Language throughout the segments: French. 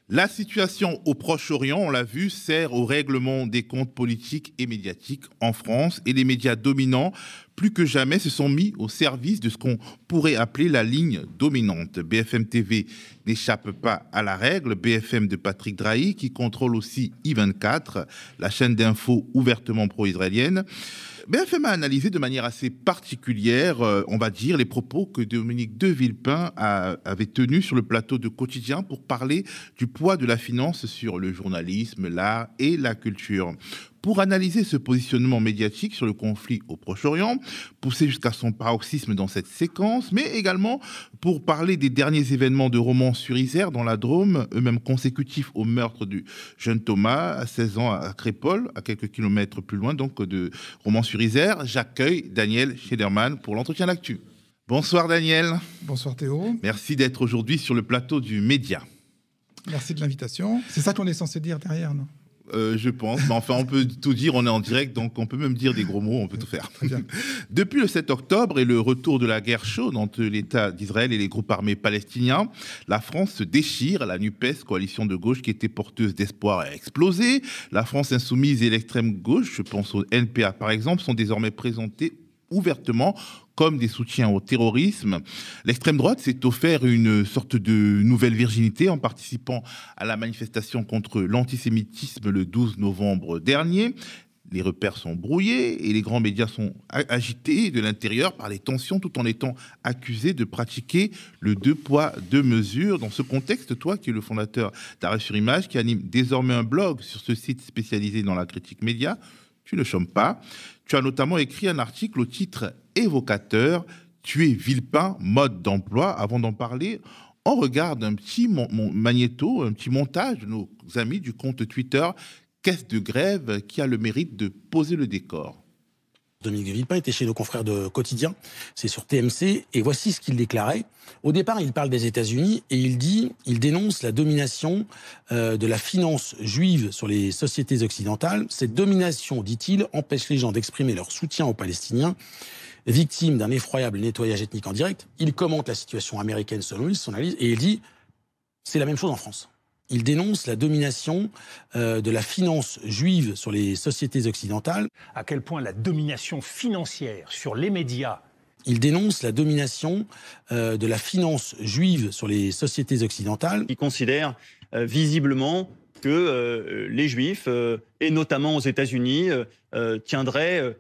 La situation au Proche-Orient, on l'a vu, sert au règlement des comptes politiques et médiatiques en France et les médias dominants, plus que jamais, se sont mis au service de ce qu'on pourrait appeler la ligne dominante. BFM TV n'échappe pas à la règle, BFM de Patrick Drahi, qui contrôle aussi I24, la chaîne d'infos ouvertement pro-israélienne. BFM a analysé de manière assez particulière, on va dire, les propos que Dominique de Villepin avait tenus sur le plateau de Quotidien pour parler du poids de la finance sur le journalisme, l'art et la culture. Pour analyser ce positionnement médiatique sur le conflit au Proche-Orient, poussé jusqu'à son paroxysme dans cette séquence, mais également pour parler des derniers événements de Romans-sur-Isère dans la Drôme, eux-mêmes consécutifs au meurtre du jeune Thomas à 16 ans à Crépol, à quelques kilomètres plus loin donc de Romans-sur-Isère, j'accueille Daniel Schneiderman pour l'entretien d'actu. Bonsoir Daniel. Bonsoir Théo. Merci d'être aujourd'hui sur le plateau du Média. Merci de l'invitation. C'est ça qu'on est censé dire derrière, non ? Je pense, mais enfin on peut tout dire, on est en direct, donc on peut même dire des gros mots, on peut tout faire. Très bien. Depuis le 7 octobre et le retour de la guerre chaude entre l'État d'Israël et les groupes armés palestiniens, la France se déchire. La NUPES, coalition de gauche qui était porteuse d'espoir, a explosé. La France insoumise et l'extrême gauche, je pense au NPA par exemple, sont désormais présentés ouvertement comme des soutiens au terrorisme. L'extrême droite s'est offert une sorte de nouvelle virginité en participant à la manifestation contre l'antisémitisme le 12 novembre dernier. Les repères sont brouillés et les grands médias sont agités de l'intérieur par les tensions tout en étant accusés de pratiquer le deux poids, deux mesures. Dans ce contexte, toi qui es le fondateur d'Arrêt sur Image, qui anime désormais un blog sur ce site spécialisé dans la critique média, tu ne chômes pas. Tu as notamment écrit un article au titre évocateur « Tuer Villepin, mode d'emploi ». Avant d'en parler, on regarde un petit magnéto, un petit montage de nos amis du compte Twitter « Caisse de grève » qui a le mérite de poser le décor. Dominique de Villepin était chez nos confrères de Quotidien, c'est sur TMC, et voici ce qu'il déclarait. Au départ, il parle des États-Unis et il dénonce la domination de la finance juive sur les sociétés occidentales. Cette domination, dit-il, empêche les gens d'exprimer leur soutien aux Palestiniens, victimes d'un effroyable nettoyage ethnique en direct. Il commente la situation américaine selon lui, son analyse, et il dit c'est la même chose en France. Il dénonce la domination de la finance juive sur les sociétés occidentales. À quel point la domination financière sur les médias. Il dénonce la domination de la finance juive sur les sociétés occidentales. Il considère visiblement que les Juifs, et notamment aux États-Unis, tiendraient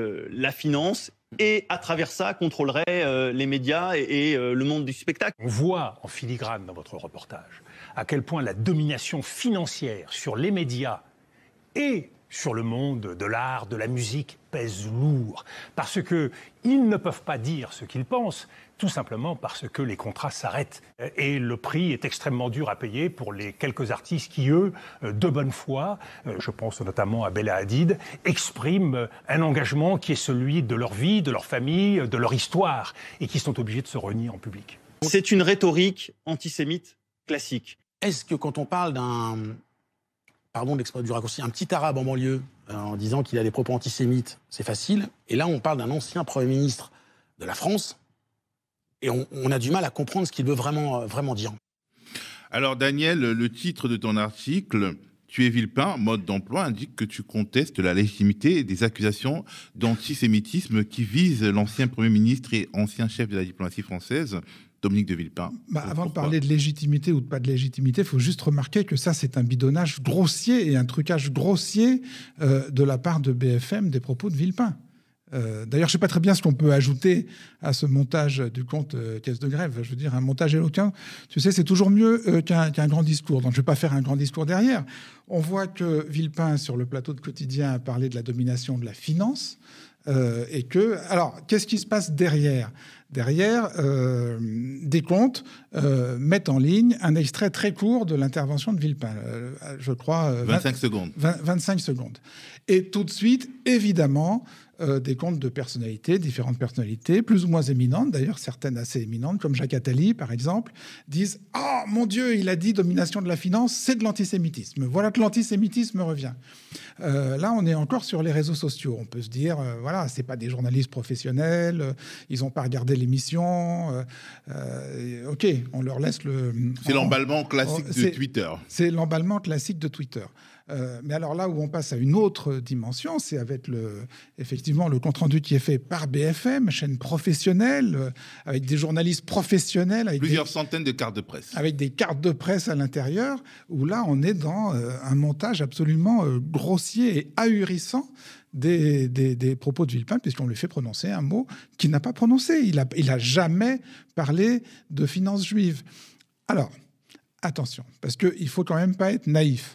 la finance et à travers ça contrôleraient les médias et le monde du spectacle. On voit en filigrane dans votre reportage à quel point la domination financière sur les médias et sur le monde de l'art, de la musique, pèse lourd. Parce qu'ils ne peuvent pas dire ce qu'ils pensent, tout simplement parce que les contrats s'arrêtent. Et le prix est extrêmement dur à payer pour les quelques artistes qui, eux, de bonne foi, je pense notamment à Bella Hadid, expriment un engagement qui est celui de leur vie, de leur famille, de leur histoire, et qui sont obligés de se renier en public. C'est une rhétorique antisémite classique. Est-ce que quand on parle d'un... Pardon d'exprimer du raccourci, un petit arabe en banlieue, en disant qu'il a des propos antisémites, c'est facile. Et là, on parle d'un ancien Premier ministre de la France, et on a du mal à comprendre ce qu'il veut vraiment dire. Alors Daniel, le titre de ton article, « Tuer Villepin, mode d'emploi », indique que tu contestes la légitimité des accusations d'antisémitisme qui visent l'ancien Premier ministre et ancien chef de la diplomatie française, Dominique de Villepin. Avant de parler de légitimité ou de pas de légitimité, il faut juste remarquer que ça, c'est un bidonnage grossier et un trucage grossier de la part de BFM des propos de Villepin. D'ailleurs, je ne sais pas très bien ce qu'on peut ajouter à ce montage du compte Caisse de grève. Je veux dire, un montage éloquent, tu sais, c'est toujours mieux qu'un grand discours. Donc, je ne vais pas faire un grand discours derrière. On voit que Villepin, sur le plateau de Quotidien, a parlé de la domination de la finance. Et que, alors, qu'est-ce qui se passe derrière ? Derrière, des comptes mettent en ligne un extrait très court de l'intervention de Villepin. Je crois... 25 secondes. 25 secondes. Et tout de suite, évidemment, des comptes de personnalités, différentes personnalités, plus ou moins éminentes, d'ailleurs certaines assez éminentes, comme Jacques Attali, par exemple, disent « Oh, mon Dieu, il a dit domination de la finance, c'est de l'antisémitisme. » Voilà que l'antisémitisme revient. Là, on est encore sur les réseaux sociaux. On peut se dire, voilà, c'est pas des journalistes professionnels, ils n'ont pas regardé l'émission. OK, on leur laisse le... C'est l'emballement classique de Twitter. C'est l'emballement classique de Twitter. Mais alors là où on passe à une autre dimension, c'est avec effectivement le compte-rendu qui est fait par BFM, chaîne professionnelle, avec des journalistes professionnels. Avec plusieurs centaines de cartes de presse. Avec des cartes de presse à l'intérieur, où là on est dans un montage absolument grossier et ahurissant des propos de Villepin, puisqu'on lui fait prononcer un mot qu'il n'a pas prononcé. Il a jamais parlé de finances juives. Alors, attention, parce qu'il ne faut quand même pas être naïf.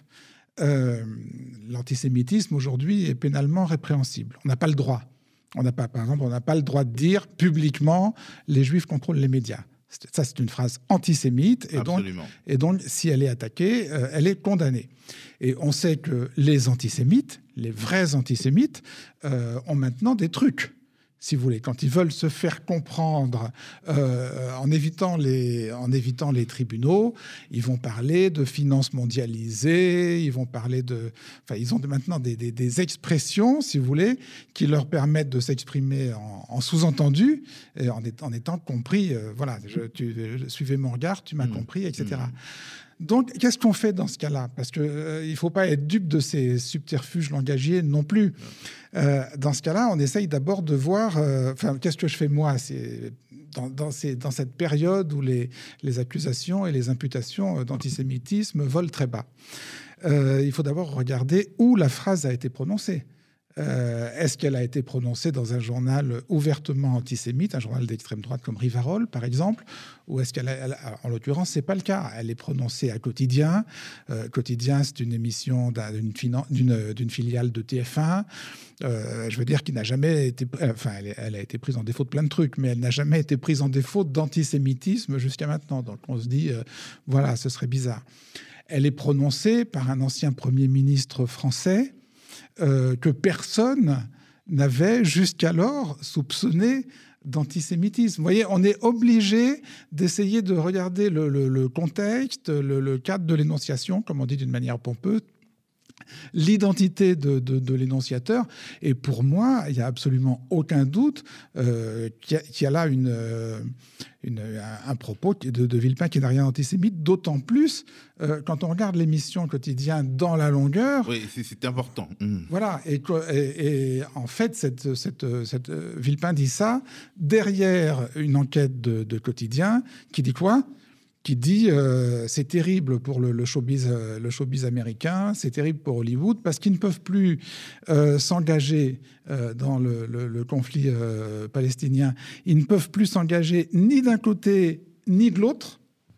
L'antisémitisme aujourd'hui est pénalement répréhensible. On n'a pas le droit. Par exemple, on n'a pas le droit de dire publiquement les Juifs contrôlent les médias. Ça, c'est une phrase antisémite et donc si elle est attaquée, elle est condamnée. Et on sait que les antisémites, les vrais antisémites, ont maintenant des trucs. Si vous voulez, quand ils veulent se faire comprendre en évitant les tribunaux, ils vont parler de finances mondialisées, ils vont parler ils ont maintenant des expressions, si vous voulez, qui leur permettent de s'exprimer en sous-entendu, et en étant compris. Voilà, suivez mon regard, tu m'as compris, etc. Donc, qu'est-ce qu'on fait dans ce cas-là? Parce qu'il ne faut pas être dupe de ces subterfuges langagiers non plus. Dans ce cas-là, on essaye d'abord de voir... qu'est-ce que je fais moi? C'est dans cette période où les accusations et les imputations d'antisémitisme volent très bas. Il faut d'abord regarder où la phrase a été prononcée. Est-ce qu'elle a été prononcée dans un journal ouvertement antisémite, un journal d'extrême droite comme Rivarol, par exemple, ou est-ce en l'occurrence, c'est pas le cas. Elle est prononcée à Quotidien. Quotidien, c'est une émission d'une filiale de TF1. Je veux dire qu'il n'a jamais été... elle a été prise en défaut de plein de trucs, mais elle n'a jamais été prise en défaut d'antisémitisme jusqu'à maintenant. Donc on se dit, voilà, ce serait bizarre. Elle est prononcée par un ancien Premier ministre français que personne n'avait jusqu'alors soupçonné d'antisémitisme. Vous voyez, on est obligé d'essayer de regarder le contexte, le cadre de l'énonciation, comme on dit d'une manière pompeuse, l'identité de l'énonciateur. Et pour moi, il n'y a absolument aucun doute qu'il y a là un propos de Villepin qui n'a rien d'antisémite, d'autant plus quand on regarde l'émission Quotidien dans la longueur. Oui, c'est important. Voilà, et en fait, Villepin dit ça derrière une enquête de Quotidien qui dit quoi ? Qui dit c'est terrible pour le showbiz américain, c'est terrible pour Hollywood, parce qu'ils ne peuvent plus s'engager dans le conflit palestinien. Ils ne peuvent plus s'engager ni d'un côté ni de l'autre,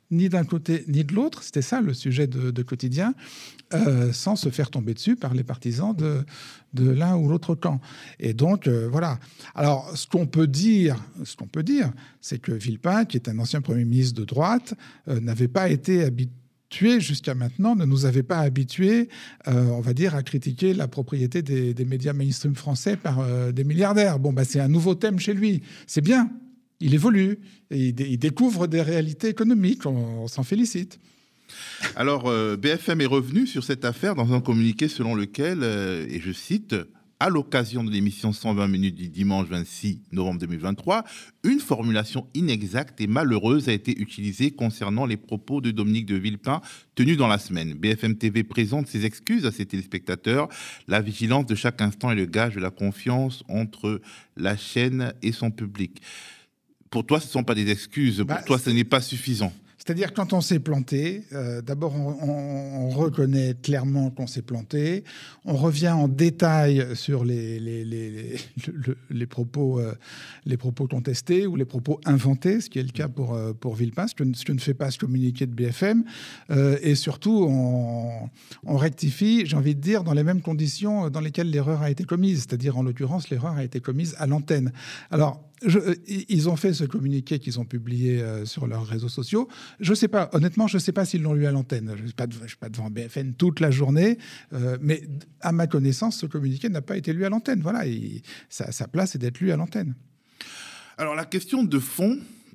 c'était ça le sujet de Quotidien, sans se faire tomber dessus par les partisans de l'un ou l'autre camp. Et donc, voilà. Alors, ce qu'on peut dire, c'est que Villepin, qui est un ancien Premier ministre de droite, n'avait pas été habitué jusqu'à maintenant, ne nous avait pas habitués, on va dire, à critiquer la propriété des médias mainstream français par des milliardaires. Bon, c'est un nouveau thème chez lui. C'est bien. Il évolue, et il découvre des réalités économiques, on s'en félicite. Alors, BFM est revenu sur cette affaire dans un communiqué selon lequel, et je cite, « À l'occasion de l'émission 120 minutes du dimanche 26 novembre 2023, une formulation inexacte et malheureuse a été utilisée concernant les propos de Dominique de Villepin tenus dans la semaine. BFM TV présente ses excuses à ses téléspectateurs. La vigilance de chaque instant est le gage de la confiance entre la chaîne et son public. » Pour toi, ce ne sont pas des excuses. Pour toi, ce n'est pas suffisant. C'est-à-dire, quand on s'est planté, d'abord, on reconnaît clairement qu'on s'est planté. On revient en détail sur les propos contestés ou les propos inventés, ce qui est le cas pour Villepin, ce que ne fait pas ce communiqué de BFM. Et surtout, on rectifie, j'ai envie de dire, dans les mêmes conditions dans lesquelles l'erreur a été commise. C'est-à-dire, en l'occurrence, l'erreur a été commise à l'antenne. Alors, ils ont fait ce communiqué qu'ils ont publié sur leurs réseaux sociaux. Je sais pas, honnêtement, je ne sais pas s'ils l'ont lu à l'antenne. Je ne suis pas devant BFM toute la journée, mais à ma connaissance, ce communiqué n'a pas été lu à l'antenne. Voilà, sa place est d'être lu à l'antenne. Alors la question de fond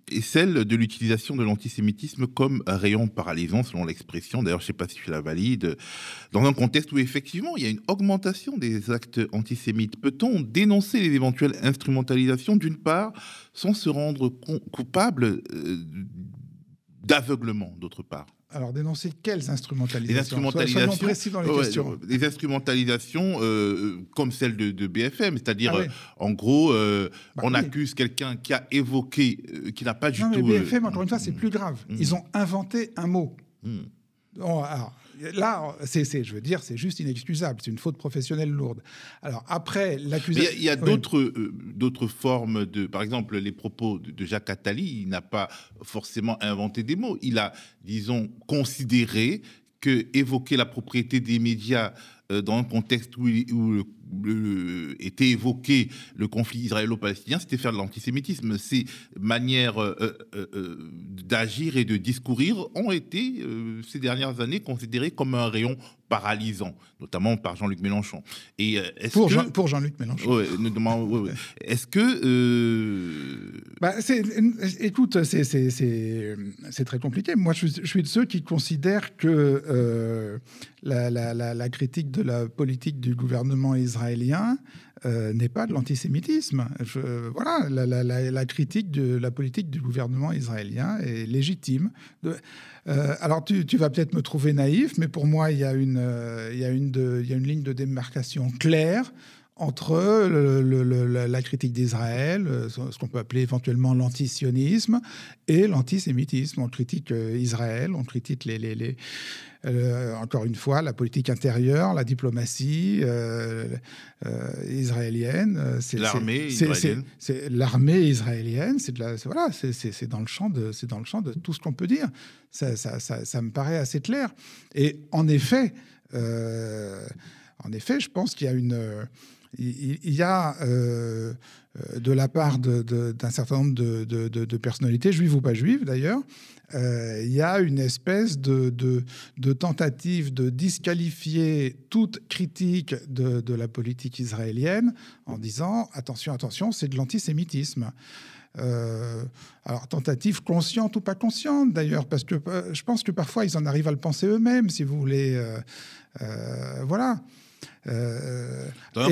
est celle de l'utilisation de l'antisémitisme comme rayon paralysant, selon l'expression. D'ailleurs, je ne sais pas si je la valide. Dans un contexte où effectivement il y a une augmentation des actes antisémites, peut-on dénoncer les éventuelles instrumentalisations d'une part, sans se rendre coupable d'aveuglement d'autre part? Alors, dénoncer quelles instrumentalisations? Les instrumentalisations, soyons précis dans les questions. Les instrumentalisations comme celle de BFM, c'est-à-dire, en gros, on oui. accuse quelqu'un qui a évoqué, qui n'a pas du tout... Non, mais BFM, encore une fois, c'est plus grave. Ils ont inventé un mot. Bon, alors, là, je veux dire, c'est juste inexcusable. C'est une faute professionnelle lourde. Alors, après, l'accusation... Il y a d'autres formes de... Par exemple, les propos de Jacques Attali, il n'a pas forcément inventé des mots. Il a, disons, considéré que évoquer la propriété des médias dans un contexte où était évoqué le conflit israélo-palestinien, c'était faire de l'antisémitisme. Ces manières d'agir et de discourir ont été, ces dernières années, considérées comme un rayon paralysant, notamment par Jean-Luc Mélenchon. Et pour Jean-Luc Mélenchon. Ouais. Est-ce que... Écoute, c'est très compliqué. Moi, je suis de ceux qui considèrent que la critique de la politique du gouvernement israélien n'est pas de l'antisémitisme. Voilà, la critique de la politique du gouvernement israélien est légitime. Alors, tu vas peut-être me trouver naïf, mais pour moi, il y a une ligne de démarcation claire entre la critique d'Israël, ce qu'on peut appeler éventuellement l'antisionisme, et l'antisémitisme. On critique Israël, on critique encore une fois, la politique intérieure, la diplomatie israélienne. L'armée israélienne. C'est l'armée israélienne. C'est dans le champ de tout ce qu'on peut dire. Ça me paraît assez clair. Et en effet, je pense qu'il y a de la part d'un certain nombre de personnalités, juives ou pas juives d'ailleurs, il y a une espèce de tentative de disqualifier toute critique de la politique israélienne en disant « attention, c'est de l'antisémitisme ». Alors, tentative consciente ou pas consciente d'ailleurs, parce que je pense que parfois ils en arrivent à le penser eux-mêmes, si vous voulez. Voilà. Dans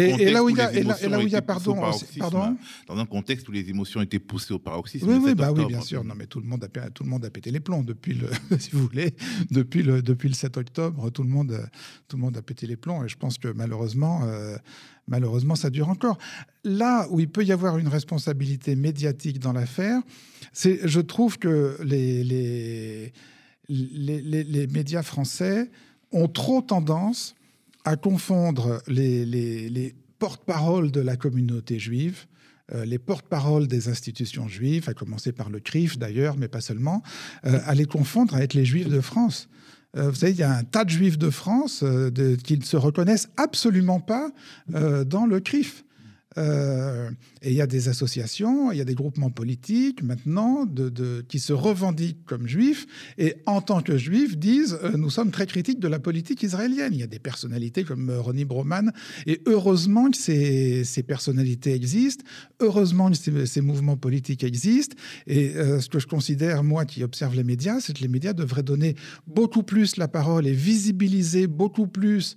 un contexte où les émotions étaient poussées au paroxysme. Oui, bien sûr. Non, mais tout le monde a pété les plombs depuis si vous voulez, depuis le 7 octobre, tout le monde a pété les plombs. Et je pense que malheureusement, ça dure encore. Là où il peut y avoir une responsabilité médiatique dans l'affaire, je trouve que les médias français ont trop tendance à confondre les porte-paroles de la communauté juive, les porte-paroles des institutions juives, à commencer par le CRIF d'ailleurs, mais pas seulement, à les confondre avec les juifs de France. Vous savez, il y a un tas de juifs de France qui ne se reconnaissent absolument pas dans le CRIF. Et il y a des associations, il y a des groupements politiques maintenant qui se revendiquent comme juifs et en tant que juifs disent nous sommes très critiques de la politique israélienne. Il y a des personnalités comme Ronnie Broman et heureusement que ces personnalités existent, heureusement que ces mouvements politiques existent et ce que je considère, moi qui observe les médias, c'est que les médias devraient donner beaucoup plus la parole et visibiliser beaucoup plus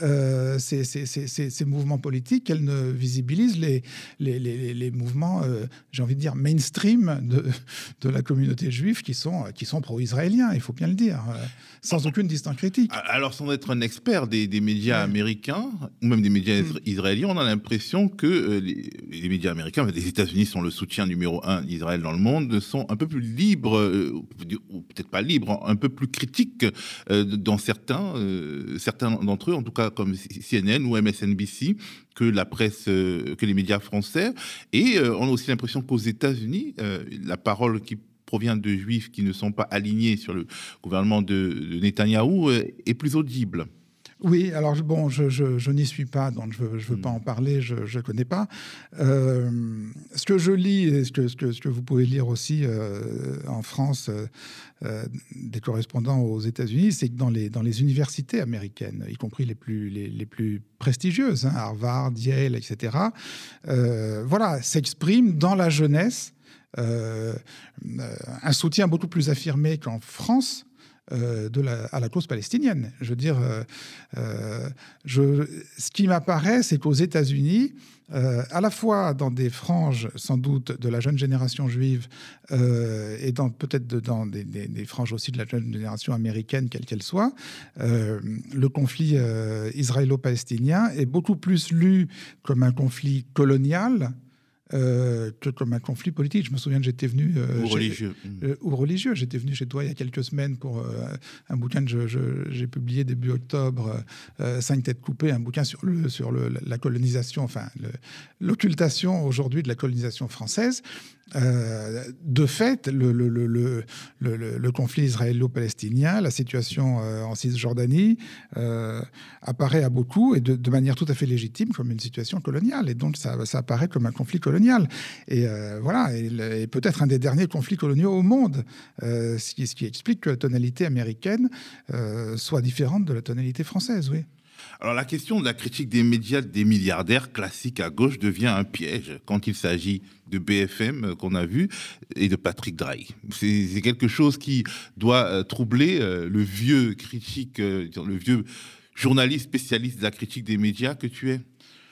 ces mouvements politiques qu'elles ne visibilisent les mouvements, j'ai envie de dire, mainstream de la communauté juive qui sont pro-israéliens, il faut bien le dire, sans aucune distance critique. Alors, sans être un expert des médias américains, ou même des médias israéliens, on a l'impression que les médias américains, les États-Unis sont le soutien numéro 1 d'Israël dans le monde, sont un peu plus libres, ou peut-être pas libres, un peu plus critiques dans certains d'entre eux, en tout cas comme CNN ou MSNBC, que la presse, que les médias français. Et on a aussi l'impression qu'aux États-Unis, la parole qui provient de juifs qui ne sont pas alignés sur le gouvernement de Netanyahou est plus audible. Oui, alors bon, je n'y suis pas, donc je veux pas en parler, je connais pas. Ce que je lis, et ce que vous pouvez lire aussi en France, des correspondants aux États-Unis, c'est que dans les universités américaines, y compris les plus prestigieuses, Harvard, Yale, etc., voilà, s'expriment dans la jeunesse un soutien beaucoup plus affirmé qu'en France à la cause palestinienne. Je veux dire, ce qui m'apparaît, c'est qu'aux États-Unis, à la fois dans des franges, sans doute, de la jeune génération juive et peut-être dans des franges aussi de la jeune génération américaine, quelle qu'elle soit, le conflit israélo-palestinien est beaucoup plus lu comme un conflit colonial que comme un conflit politique. Je me souviens que j'étais venu... ou religieux. J'étais venu chez toi il y a quelques semaines pour un bouquin que j'ai publié début octobre, 5 têtes coupées, un bouquin sur la colonisation, enfin l'occultation aujourd'hui de la colonisation française. De fait, le conflit israélo-palestinien, la situation en Cisjordanie apparaît à beaucoup et de manière tout à fait légitime comme une situation coloniale. Et donc, ça apparaît comme un conflit colonial. Et voilà, et peut-être un des derniers conflits coloniaux au monde, ce qui explique que la tonalité américaine soit différente de la tonalité française, oui. Alors la question de la critique des médias des milliardaires classiques à gauche devient un piège quand il s'agit de BFM qu'on a vu et de Patrick Drahi. C'est quelque chose qui doit troubler le vieux critique, le vieux journaliste spécialiste de la critique des médias que tu es.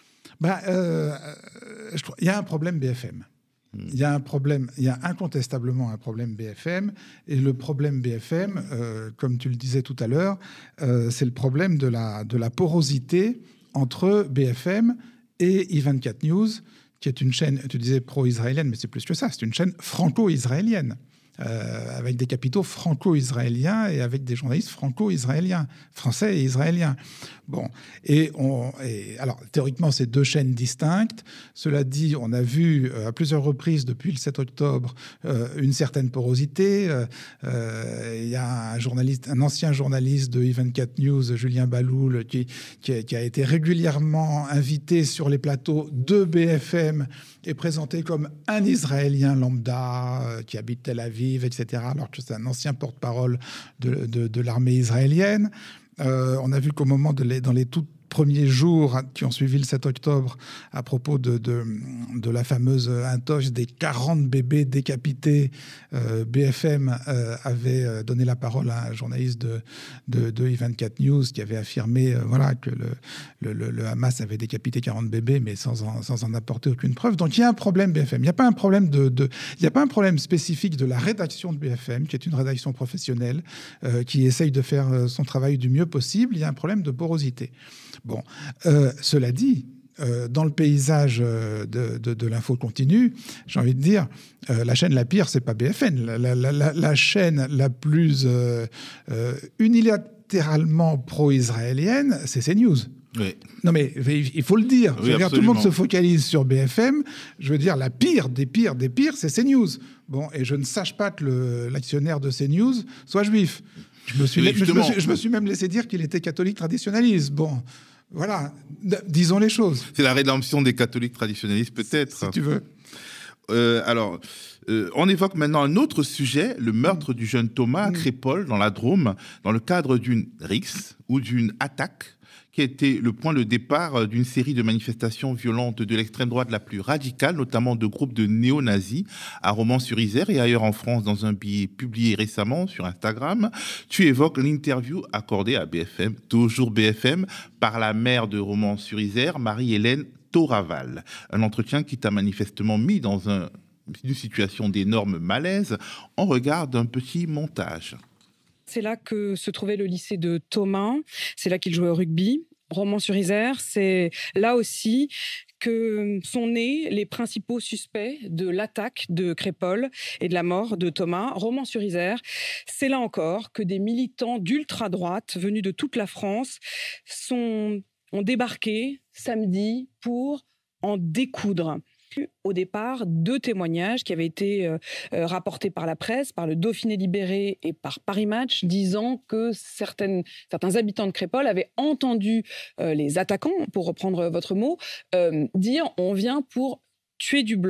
Il y a un problème BFM. Il y a un problème, il y a incontestablement un problème BFM, et le problème BFM, comme tu le disais tout à l'heure, c'est le problème de la porosité entre BFM et I24 News, qui est une chaîne, tu disais pro-israélienne, mais c'est plus que ça, c'est une chaîne franco-israélienne. Avec des capitaux franco-israéliens et avec des journalistes franco-israéliens, français et israéliens. Bon, alors théoriquement, c'est deux chaînes distinctes. Cela dit, on a vu à plusieurs reprises depuis le 7 octobre une certaine porosité. Il y a un ancien journaliste de I24 News, Julien Baloul, qui a été régulièrement invité sur les plateaux de BFM et présenté comme un Israélien lambda qui habite Tel Aviv, etc., alors que c'est un ancien porte-parole de l'armée israélienne. On a vu qu'au moment dans les tout premiers jours qui ont suivi le 7 octobre, à propos de la fameuse intox des 40 bébés décapités, BFM avait donné la parole à un journaliste de I24 News qui avait affirmé que le Hamas avait décapité 40 bébés, mais sans en apporter aucune preuve. Donc il y a un problème BFM. Il n'y a pas un problème il n'y a pas un problème spécifique de la rédaction de BFM, qui est une rédaction professionnelle qui essaye de faire son travail du mieux possible. Il y a un problème de porosité. Bon, cela dit, dans le paysage de l'info continue, j'ai envie de dire, la chaîne la pire, c'est pas BFM. La chaîne la plus unilatéralement pro-israélienne, c'est CNews. Oui. Non mais il faut le dire. Oui, Tout le monde se focalise sur BFM. Je veux dire, la pire des pires, c'est CNews. Bon, et je ne sache pas que l'actionnaire de CNews soit juif. Je me suis même laissé dire qu'il était catholique traditionnaliste. Bon, voilà, disons les choses. C'est la rédemption des catholiques traditionnalistes, peut-être. Si tu veux. On évoque maintenant un autre sujet, le meurtre du jeune Thomas à Crépol, dans la Drôme, dans le cadre d'une rixe ou d'une attaque qui a été le point de départ d'une série de manifestations violentes de l'extrême droite la plus radicale, notamment de groupes de néo-nazis à Romans-sur-Isère et ailleurs en France. Dans un billet publié récemment sur Instagram, tu évoques l'interview accordée à BFM, toujours BFM, par la maire de Romans-sur-Isère, Marie-Hélène Toraval. Un entretien qui t'a manifestement mis dans une situation d'énorme malaise. On regarde un petit montage. C'est là que se trouvait le lycée de Thomas, c'est là qu'il jouait au rugby. Romans-sur-Isère, c'est là aussi que sont nés les principaux suspects de l'attaque de Crépol et de la mort de Thomas. Romans-sur-Isère, c'est là encore que des militants d'ultra-droite venus de toute la France ont débarqué samedi pour en découdre. Au départ, 2 témoignages qui avaient été rapportés par la presse, par le Dauphiné Libéré et par Paris Match, disant que certains habitants de Crépol avaient entendu les attaquants, pour reprendre votre mot, dire « on vient pour tuer du blanc ».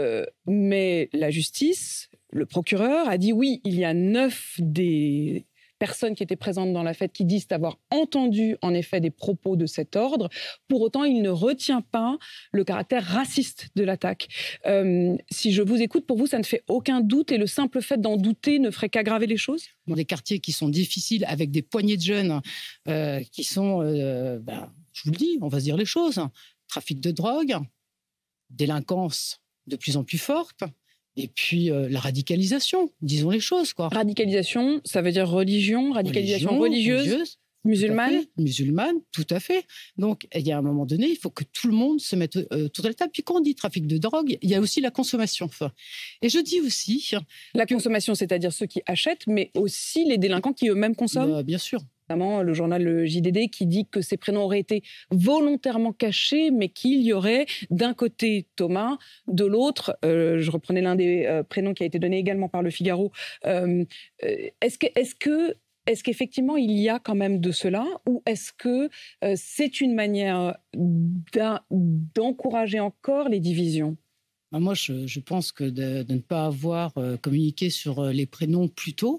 Mais la justice, le procureur, a dit oui, il y a 9 des personnes qui étaient présentes dans la fête qui disent avoir entendu en effet des propos de cet ordre. Pour autant, il ne retient pas le caractère raciste de l'attaque. Si je vous écoute, pour vous, ça ne fait aucun doute et le simple fait d'en douter ne ferait qu'aggraver les choses ? Dans des quartiers qui sont difficiles, avec des poignées de jeunes qui sont, je vous le dis, on va se dire les choses, trafic de drogue, délinquance de plus en plus forte, et puis la radicalisation, disons les choses, quoi. Radicalisation, ça veut dire religion, radicalisation religieuse, musulmane, tout à fait. Donc, il y a un moment donné, il faut que tout le monde se mette autour de la table. Puis quand on dit trafic de drogue, il y a aussi la consommation. Et je dis aussi... La consommation, c'est-à-dire ceux qui achètent, mais aussi les délinquants qui eux-mêmes consomment. Bien sûr. Notamment le journal le JDD qui dit que ces prénoms auraient été volontairement cachés, mais qu'il y aurait d'un côté Thomas, de l'autre, je reprenais l'un des prénoms qui a été donné également par Le Figaro. Est-ce qu'effectivement il y a quand même de cela, ou est-ce que c'est une manière d'encourager encore les divisions ? Moi, je pense que de ne pas avoir communiqué sur les prénoms plus tôt,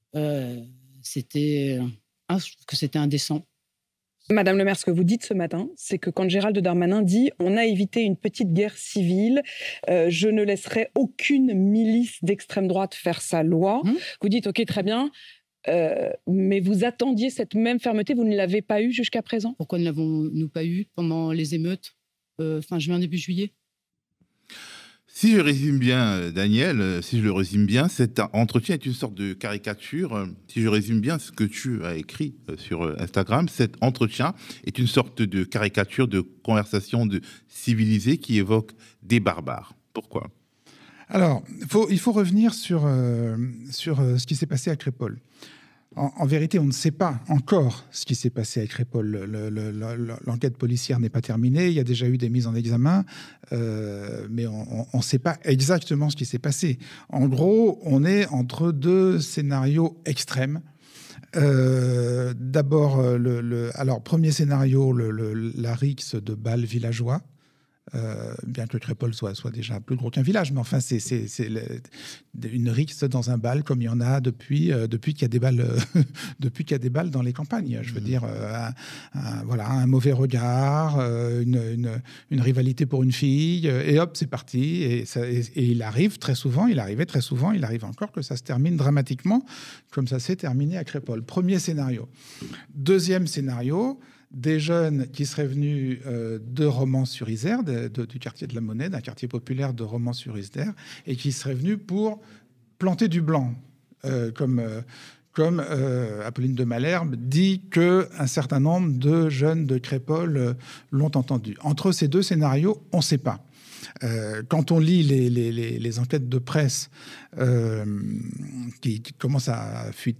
c'était indécent. Madame le maire, ce que vous dites ce matin, c'est que quand Gérald Darmanin dit « on a évité une petite guerre civile, je ne laisserai aucune milice d'extrême droite faire sa loi », vous dites « ok, très bien », mais vous attendiez cette même fermeté, vous ne l'avez pas eue jusqu'à présent ? Pourquoi ne l'avons-nous pas eue pendant les émeutes fin juin, début juillet ? Si je résume bien, Daniel, cet entretien est une sorte de caricature. Si je résume bien ce que tu as écrit sur Instagram, cet entretien est une sorte de caricature de conversation de civilisés qui évoque des barbares. Pourquoi ? Alors, il faut revenir sur ce qui s'est passé à Crépol. En vérité, on ne sait pas encore ce qui s'est passé à Crépol. L'enquête policière n'est pas terminée. Il y a déjà eu des mises en examen, mais on ne sait pas exactement ce qui s'est passé. En gros, on est entre deux scénarios extrêmes. D'abord, premier scénario, la rixe de Bâle villageois. Bien que Crépol soit déjà plus gros qu'un village, mais enfin c'est une rixe dans un bal comme il y en a depuis qu'il y a des balles depuis qu'il y a des balles dans les campagnes. Je veux dire un mauvais regard, une rivalité pour une fille, et hop c'est parti. Et il arrive très souvent, il arrive encore que ça se termine dramatiquement comme ça s'est terminé à Crépol. Premier scénario. Deuxième scénario. Des jeunes qui seraient venus de Romans-sur-Isère, du quartier de la Monnaie, d'un quartier populaire de Romans-sur-Isère, et qui seraient venus pour planter du blanc, comme Apolline de Malherbe dit qu'un certain nombre de jeunes de Crépol l'ont entendu. Entre ces deux scénarios, on ne sait pas. Quand on lit les enquêtes de presse qui commencent à fuiter,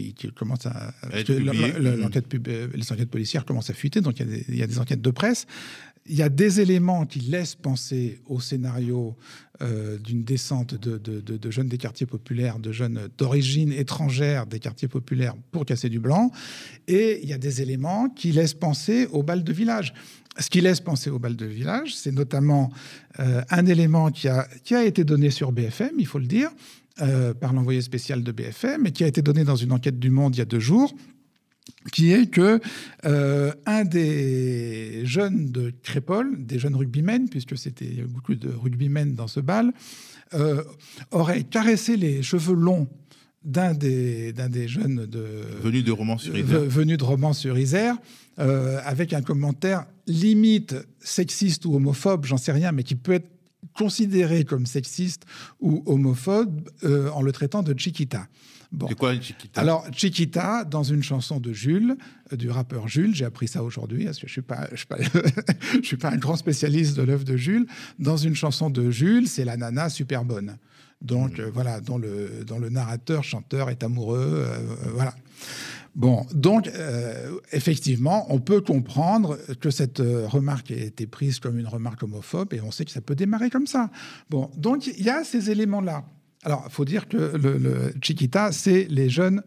les enquêtes policières commencent à fuiter, donc il y a des enquêtes de presse. Il y a des éléments qui laissent penser au scénario d'une descente de jeunes des quartiers populaires, de jeunes d'origine étrangère des quartiers populaires pour casser du blanc. Et il y a des éléments qui laissent penser au bal de village. Ce qui laisse penser au bal de village, c'est notamment un élément qui a été donné sur BFM, il faut le dire, par l'envoyé spécial de BFM, et qui a été donné dans une enquête du Monde il y a 2 jours, qui est que un des jeunes de Crépol, des jeunes rugbymen, puisque il y a beaucoup de rugbymen dans ce bal, aurait caressé les cheveux longs d'un des jeunes venus de Romans-sur-Isère, avec un commentaire limite sexiste ou homophobe, j'en sais rien, mais qui peut être considéré comme sexiste ou homophobe en le traitant de Chiquita. Bon. C'est quoi Chiquita ? Alors, Chiquita, dans une chanson de Jules, du rappeur Jules, j'ai appris ça aujourd'hui, parce que je suis pas un grand spécialiste de l'œuvre de Jules. Dans une chanson de Jules, c'est la nana super bonne. Donc, dont le narrateur, chanteur est amoureux, voilà. Bon, donc, effectivement, on peut comprendre que cette remarque ait été prise comme une remarque homophobe, et on sait que ça peut démarrer comme ça. Bon, donc, il y a ces éléments-là. Alors, il faut dire que le Chiquita, c'est les jeunes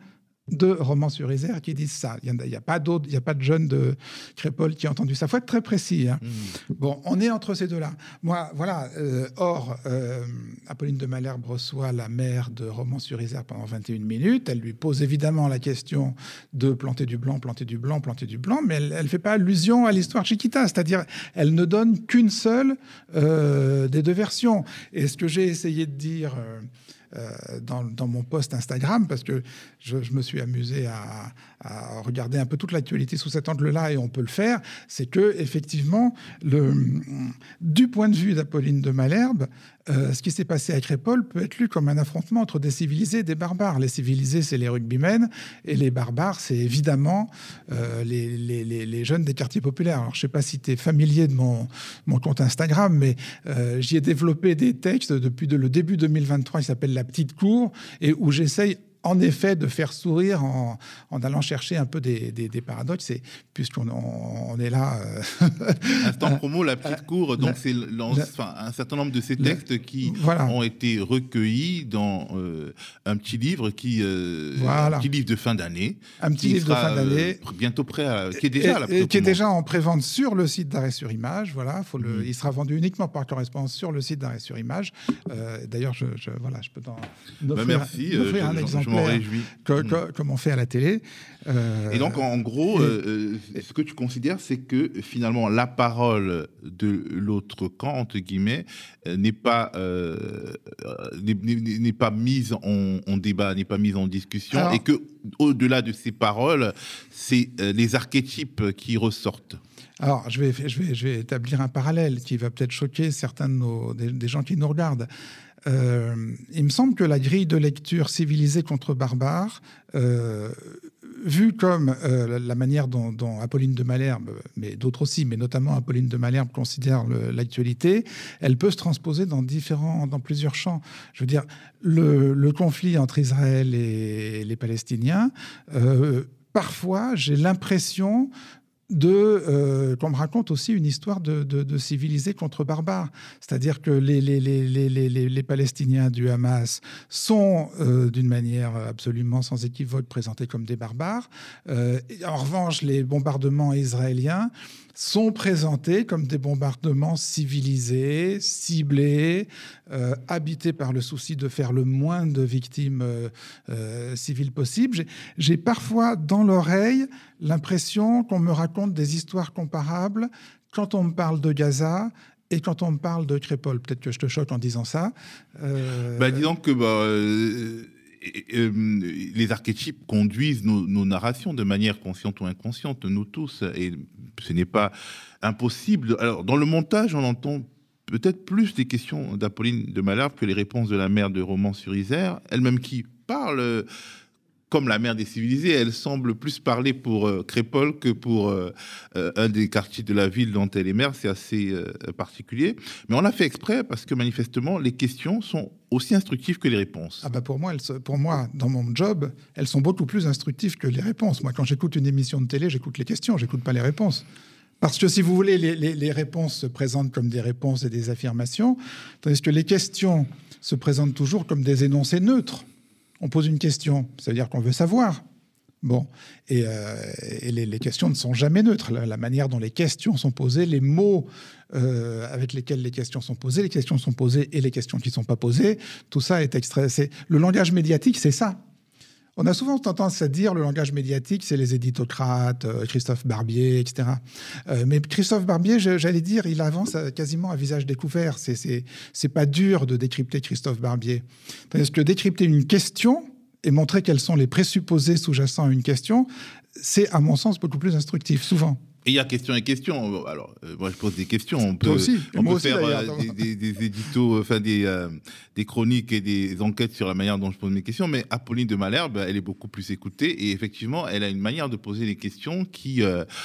de Romans-sur-Isère qui disent ça. Il n'y a pas de jeune de Crépol qui a entendu ça. Il faut être très précis. Hein. Bon, on est entre ces deux-là. Moi, voilà. Apolline de Malherbe reçoit la maire de Romans-sur-Isère pendant 21 minutes. Elle lui pose évidemment la question de planter du blanc, mais elle ne fait pas allusion à l'histoire Chiquita. C'est-à-dire, elle ne donne qu'une seule des deux versions. Et ce que j'ai essayé de dire... dans mon post Instagram, parce que je me suis amusé à regarder un peu toute l'actualité sous cet angle-là, et on peut le faire, c'est que effectivement, du point de vue d'Apolline de Malherbe, ce qui s'est passé à Crépol peut être lu comme un affrontement entre des civilisés et des barbares. Les civilisés, c'est les rugbymen, et les barbares, c'est évidemment les jeunes des quartiers populaires. Alors, je ne sais pas si tu es familier de mon compte Instagram, mais j'y ai développé des textes depuis le début 2023, qui s'appelle La Petite Cour, et où j'essaye en effet de faire sourire en allant chercher un peu des paradoxes, et puisqu'on est là... Instant promo, La Petite Cour, donc c'est un certain nombre de ces textes qui ont été recueillis dans un petit livre un petit livre de fin d'année. Un petit livre de fin d'année. Bientôt prêt, qui est déjà qui est déjà en prévente sur le site d'Arrêt sur Image. Voilà, il sera vendu uniquement par correspondance sur le site d'Arrêt sur Image. D'ailleurs, je peux t'en offrir un exemplaire. Je m'en réjouis. Comme on fait à la télé. Et donc, en gros, ce que tu considères, c'est que finalement, la parole de l'autre camp, entre guillemets, n'est pas mise en débat, n'est pas mise en discussion, et que au-delà de ces paroles, c'est les archétypes qui ressortent. Alors, je vais établir un parallèle qui va peut-être choquer certains des gens qui nous regardent. Il me semble que la grille de lecture civilisée contre barbare, vue comme la manière dont Apolline de Malherbe, mais d'autres aussi, mais notamment Apolline de Malherbe considère l'actualité, elle peut se transposer dans plusieurs champs. Je veux dire, le conflit entre Israël et les Palestiniens, parfois j'ai l'impression qu'on me raconte aussi une histoire de civilisés contre barbares. C'est-à-dire que les Palestiniens du Hamas sont, d'une manière absolument sans équivoque, présentés comme des barbares. En revanche, les bombardements israéliens sont présentés comme des bombardements civilisés, ciblés, habités par le souci de faire le moins de victimes civiles possible. J'ai parfois dans l'oreille l'impression qu'on me raconte des histoires comparables quand on me parle de Gaza et quand on me parle de Crépol. Peut-être que je te choque en disant ça. Disons que... les archétypes conduisent nos narrations de manière consciente ou inconsciente, nous tous, et ce n'est pas impossible. Alors, dans le montage, on entend peut-être plus les questions d'Apolline de Malherbe que les réponses de la mère de Romans-sur-Isère, elle-même qui parle comme la mère des civilisés. Elle semble plus parler pour Crépol que pour un des quartiers de la ville dont elle est maire. C'est assez particulier. Mais on l'a fait exprès parce que manifestement, les questions sont aussi instructives que les réponses. Pour moi, dans mon job, elles sont beaucoup plus instructives que les réponses. Moi, quand j'écoute une émission de télé, j'écoute les questions, j'écoute pas les réponses. Parce que si vous voulez, les réponses se présentent comme des réponses et des affirmations, tandis que les questions se présentent toujours comme des énoncés neutres. On pose une question, ça veut dire qu'on veut savoir. Bon, et les questions ne sont jamais neutres. La manière dont les questions sont posées, les mots avec lesquels les questions sont posées et les questions qui ne sont pas posées, tout ça est extrait. Le langage médiatique, c'est ça. On a souvent tendance à dire le langage médiatique, c'est les éditocrates, Christophe Barbier, etc. Mais Christophe Barbier, j'allais dire, il avance quasiment à visage découvert. C'est pas dur de décrypter Christophe Barbier. Parce que décrypter une question et montrer quels sont les présupposés sous-jacents à une question, c'est, à mon sens, beaucoup plus instructif, souvent. Et il y a question et question. Alors, moi, je pose des questions. On peut faire des éditos, enfin des chroniques et des enquêtes sur la manière dont je pose mes questions. Mais Apolline de Malherbe, elle est beaucoup plus écoutée. Et effectivement, elle a une manière de poser les questions qui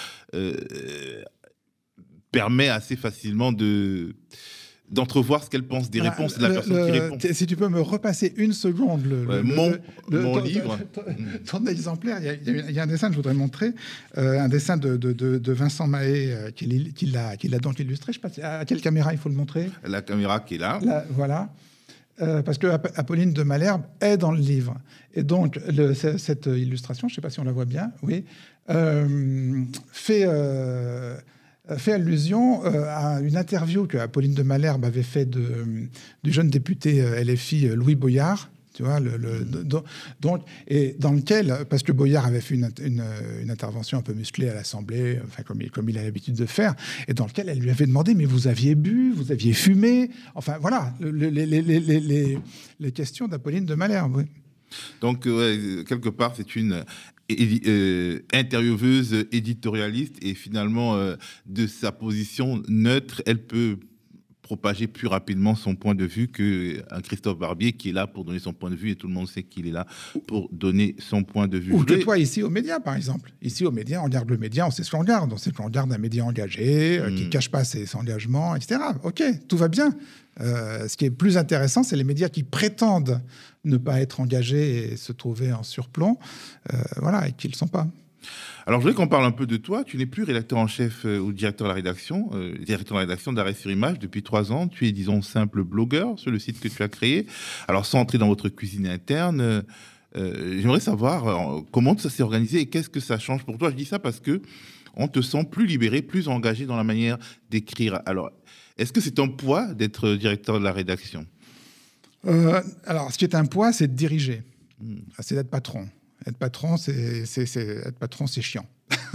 permet assez facilement d'entrevoir ce qu'elle pense des réponses de la personne qui répond. Si tu peux me repasser une seconde mon livre. Ton exemplaire, il y a un dessin que je voudrais montrer, un dessin de Vincent Mahé qui l'a donc illustré. Je sais pas à quelle caméra il faut le montrer. La caméra qui est là. Voilà. parce que Apolline de Malherbe est dans le livre. Et donc, cette illustration, je ne sais pas si on la voit bien, oui, fait allusion à une interview que Apolline de Malherbe avait fait du jeune député LFI Louis Boyard. Tu vois, donc, et dans lequel, parce que Boyard avait fait une intervention un peu musclée à l'Assemblée, enfin, comme il a l'habitude de faire, et dans lequel elle lui avait demandé, mais vous aviez bu, vous aviez fumé, enfin voilà, les questions d'Apolline de Malherbe. Oui. Donc, quelque part, c'est une intervieweuse éditorialiste, et finalement, de sa position neutre, elle peut propager plus rapidement son point de vue qu'un Christophe Barbier qui est là pour donner son point de vue, et tout le monde sait qu'il est là pour donner son point de vue. Ou que toi, ici aux médias, par exemple. Ici aux médias, on regarde le média, on sait ce qu'on regarde. On sait qu'on regarde un média engagé, qui ne cache pas ses engagements, etc. OK, tout va bien. Ce qui est plus intéressant, c'est les médias qui prétendent ne pas être engagés et se trouver en surplomb, voilà, et qui ne le sont pas. Alors, je voudrais qu'on parle un peu de toi. Tu n'es plus rédacteur en chef ou directeur de la rédaction, directeur de la rédaction d'Arrêt sur Image depuis 3 ans. Tu es, disons, simple blogueur sur le site que tu as créé. Alors, sans entrer dans votre cuisine interne, j'aimerais savoir comment ça s'est organisé et qu'est-ce que ça change pour toi. Je dis ça parce que on te sent plus libéré, plus engagé dans la manière d'écrire. Alors, est-ce que c'est un poids d'être directeur de la rédaction ? Alors, ce qui est un poids, c'est de diriger. C'est d'être patron. Être patron, c'est chiant.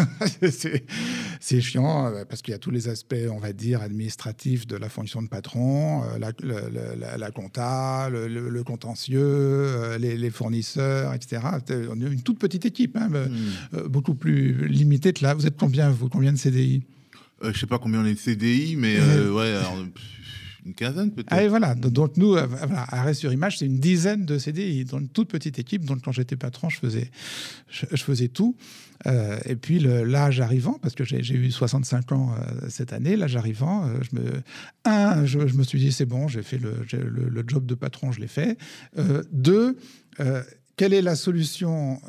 c'est chiant parce qu'il y a tous les aspects, on va dire, administratifs de la fonction de patron, la compta, le contentieux, les fournisseurs, etc. On est une toute petite équipe, hein, beaucoup plus limitée que là. Vous êtes combien, vous ? Combien de CDI ? Je ne sais pas combien on est de CDI, mais ouais... Alors, une quinzaine peut-être. Ah, et voilà. Donc nous, voilà, Arrêt sur Image, c'est une dizaine de CDI dans une toute petite équipe. Donc quand j'étais patron, je faisais tout. Et puis l'âge arrivant, parce que j'ai eu 65 ans cette année, l'âge arrivant, je me suis dit c'est bon, j'ai fait le job de patron, je l'ai fait. 2, quelle est la solution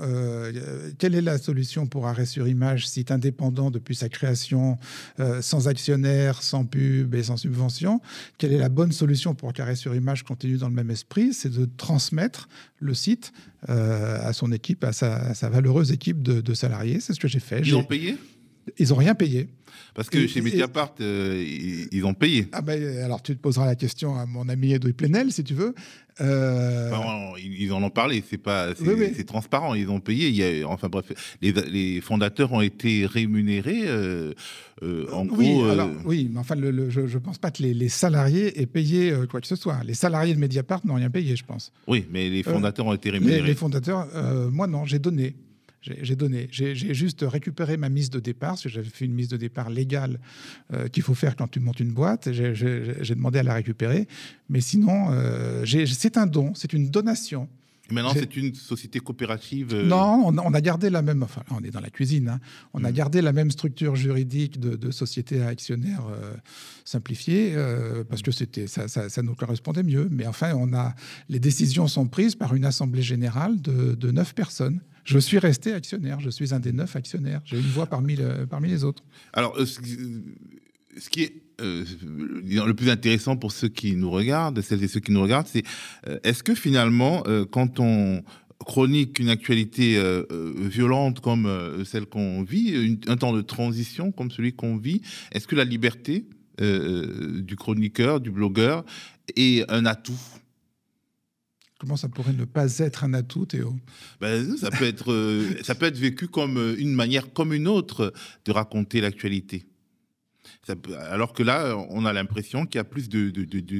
pour Arrêt sur Image, site indépendant depuis sa création, sans actionnaire, sans pub et sans subvention? Quelle est la bonne solution pour qu'Arrêt sur Image continue dans le même esprit? C'est de transmettre le site à son équipe, à sa valeureuse équipe de salariés. C'est ce que j'ai fait. Ils ont payé ? Ils n'ont rien payé. Parce que chez Mediapart, ils ont payé. Ah ben, alors, tu te poseras la question à mon ami Edoui Plenel, si tu veux. Ils en ont parlé, c'est transparent, ils ont payé. Enfin bref, les fondateurs ont été rémunérés. En gros, oui, mais enfin, je ne pense pas que les salariés aient payé quoi que ce soit. Les salariés de Mediapart n'ont rien payé, je pense. Oui, mais les fondateurs ont été rémunérés. Les fondateurs, moi non, j'ai donné. J'ai juste récupéré ma mise de départ, parce que j'avais fait une mise de départ légale qu'il faut faire quand tu montes une boîte. J'ai demandé à la récupérer. Mais sinon, c'est un don, c'est une donation. Et maintenant, c'est une société coopérative Non, on a gardé la même... Enfin, on est dans la cuisine. Hein, on a gardé la même structure juridique de société à actionnaire simplifiée, parce que ça nous correspondait mieux. Mais enfin, les décisions sont prises par une assemblée générale de 9 personnes. Je suis resté actionnaire. Je suis un des 9 actionnaires. J'ai une voix parmi les autres. Alors, ce qui est le plus intéressant pour ceux qui nous regardent, celles et ceux qui nous regardent, c'est est-ce que finalement, quand on chronique une actualité violente comme celle qu'on vit, un temps de transition comme celui qu'on vit, est-ce que la liberté du chroniqueur, du blogueur est un atout ? Comment ça pourrait ne pas être un atout, Théo ? Ça peut être vécu comme une manière comme une autre de raconter l'actualité. Alors que là, on a l'impression qu'il y a plus de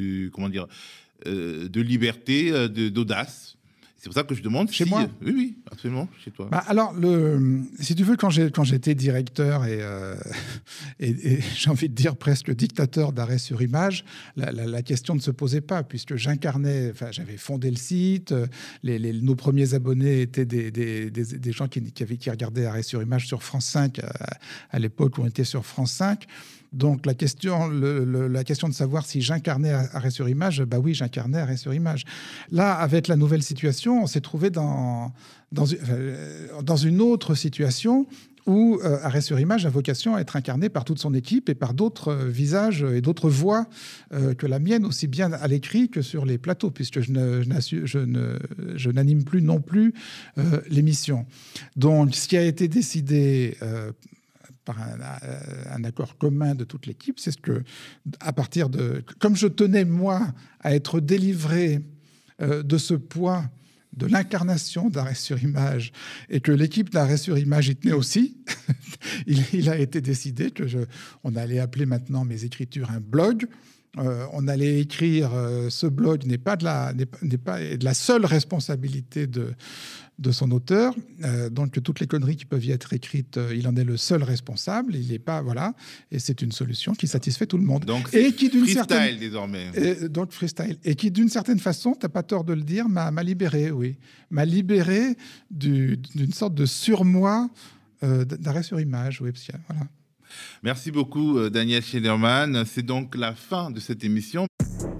liberté, d'audace. C'est pour ça que je demande chez moi. Oui, absolument, chez toi. Alors, si tu veux, quand j'étais directeur et j'ai envie de dire presque dictateur d'Arrêt sur Image, la question ne se posait pas, puisque j'incarnais, j'avais fondé le site, nos premiers abonnés étaient des gens qui regardaient Arrêt sur Image sur France 5 à l'époque où on était sur France 5. Donc la question de savoir si j'incarnais Arrêt sur Image, oui, j'incarnais Arrêt sur Image. Là, avec la nouvelle situation, on s'est trouvé dans une autre situation où Arrêt sur image a vocation à être incarné par toute son équipe et par d'autres visages et d'autres voix que la mienne, aussi bien à l'écrit que sur les plateaux, puisque je n'anime plus non plus l'émission. Donc, ce qui a été décidé par un accord commun de toute l'équipe, c'est que, à partir de... Comme je tenais, moi, à être délivré de ce poids de l'incarnation d'Arrêt sur image, et que l'équipe d'Arrêt sur image y tenait aussi, il a été décidé on allait appeler maintenant mes écritures un blog. On allait écrire ce blog n'est pas de la seule responsabilité de son auteur, donc toutes les conneries qui peuvent y être écrites, il en est le seul responsable. Il n'est pas, voilà, et c'est une solution qui satisfait tout le monde. Donc et qui d'une freestyle désormais. Donc freestyle, et qui d'une certaine façon, t'as pas tort de le dire, m'a libéré, oui, m'a libéré d'une sorte de surmoi d'Arrêt sur image, oui, parce que, voilà. Merci beaucoup, Daniel Schneiderman. C'est donc la fin de cette émission.